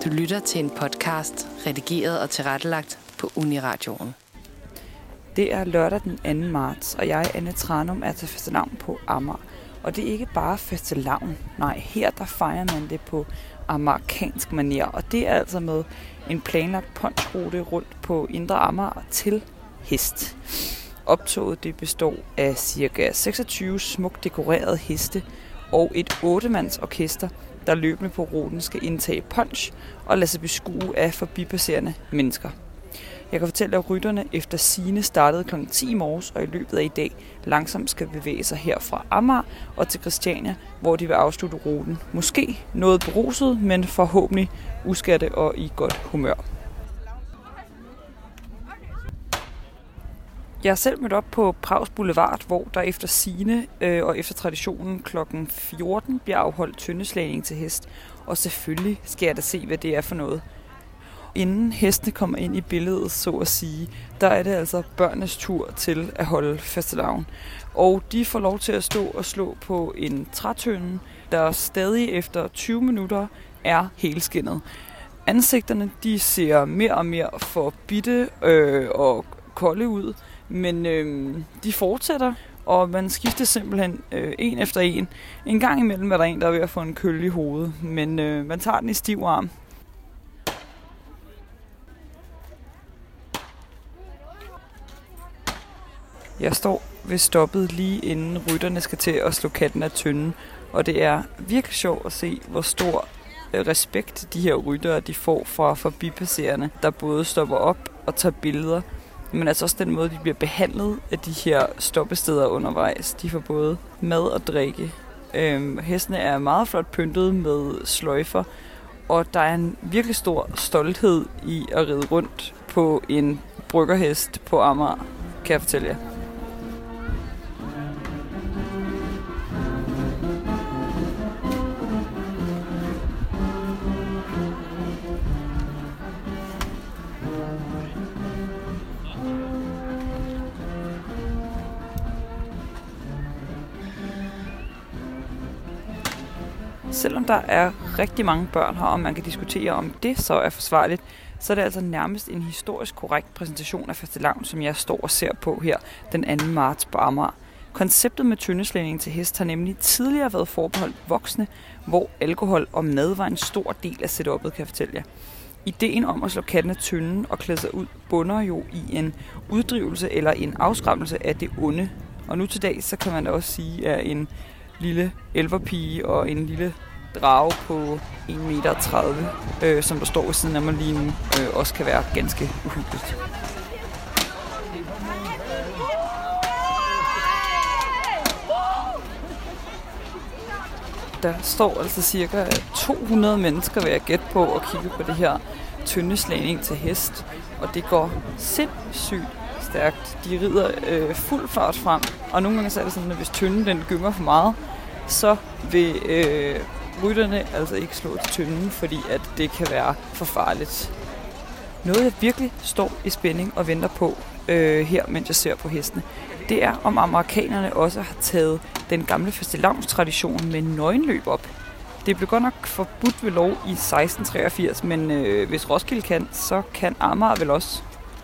Du lytter til en podcast, redigeret og tilrettelagt på Uniradioen. Det er lørdag den 2. marts, og jeg, Anne Tranum, er til fastelavn på Amager. Og det er ikke bare fastelavn. Nej, her der fejrer man det på amerikansk manér. Og det er altså med en planlagt punchrute rundt på Indre Amager til hest. Optoget det består af ca. 26 smukt dekorerede heste og et 8-mands orkester, der løbende på ruten skal indtage punch og lade sig beskue af forbipasserende mennesker. Jeg kan fortælle, at rytterne efter sigende startede kl. 10 morges, og i løbet af i dag langsomt skal bevæge sig her fra Amager og til Christiania, hvor de vil afslutte ruten. Måske noget beruset, men forhåbentlig uskatte og i godt humør. Jeg er selv mødt op på Prags Boulevard, hvor der efter sigende og efter traditionen kl. 14 bliver afholdt tøndeslagning til hest. Og selvfølgelig skal jeg da se, hvad det er for noget. Inden hestene kommer ind i billedet, så at sige, der er det altså børnenes tur til at holde fastelavn. Og de får lov til at stå og slå på en trætønde, der stadig efter 20 minutter er helskindet. Ansigterne de ser mere og mere forbitte og kolde ud, men de fortsætter, og man skifter simpelthen en efter en. En gang imellem er der en, der er ved at få en kølle i hovedet, men man tager den i stiv arm. Jeg står ved stoppet lige inden rytterne skal til at slå katten af tønden, og det er virkelig sjovt at se, hvor stor respekt de her ryttere de får fra forbipasserende, der både stopper op og tager billeder, men altså også den måde, de bliver behandlet af de her stoppesteder undervejs. De får både mad og drikke. Hestene er meget flot pyntet med sløjfer, og der er en virkelig stor stolthed i at ride rundt på en bryggerhest på Amager, kan jeg fortælle jer. Selvom der er rigtig mange børn her, og man kan diskutere, om det så er forsvarligt, så er det altså nærmest en historisk korrekt præsentation af fastelavn, som jeg står og ser på her den 2. marts på Amager. Konceptet med tøndeslagning til hest har nemlig tidligere været forbeholdt voksne, hvor alkohol og mad var en stor del af setup'et, kan jeg fortælle jer. Ideen om at slå katten af tønden og klæde sig ud bunder jo i en uddrivelse eller en afskræmmelse af det onde. Og nu til dag, så kan man da også sige, at en lille elverpige og en lille drage på 1,30 meter, som der står ved siden af mig lige nu, også kan være ganske uhyggeligt. Der står altså cirka 200 mennesker, vil jeg gætte på, og kigge på det her tøndeslagning til hest, og det går sindssygt stærkt. De rider fuld fart frem, og nogle gange så er det sådan, at hvis tønden den gynger for meget, så vil rytterne altså ikke slå til tønden, fordi at det kan være for farligt. Noget jeg virkelig står i spænding og venter på her, mens jeg ser på hestene, det er om amerikanerne også har taget den gamle fastelavnstradition med nøgenløb op. Det blev godt nok forbudt ved lov i 1683, men hvis Roskilde kan, så kan Amager vel også.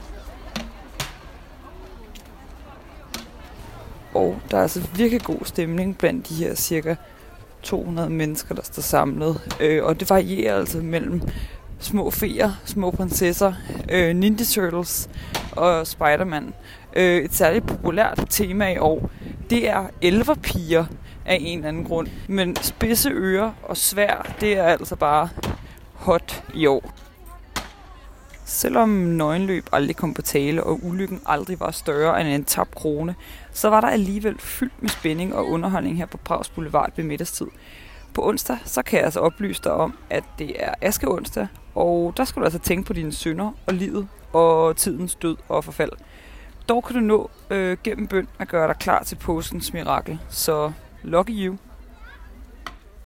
Og der er altså virkelig god stemning blandt de her cirka 200 mennesker, der står samlet. Og det varierer altså mellem små feer, små prinsesser, Ninja Turtles og Spider-Man. Et særligt populært tema i år, det er elverpiger af en eller anden grund. Men spidse ører og sværd, det er altså bare hot i år. Selvom nøgenløb aldrig kom på tale, og ulykken aldrig var større end en tabt krone, så var der alligevel fyldt med spænding og underholdning her på Prags Boulevard ved middagstid. På onsdag, så kan jeg altså oplyse dig om, at det er askeonsdag, og der skal du altså tænke på dine synder og livet og tidens død og forfald. Dog kan du nå gennem bøn at gøre dig klar til påskens mirakel, så lucky you.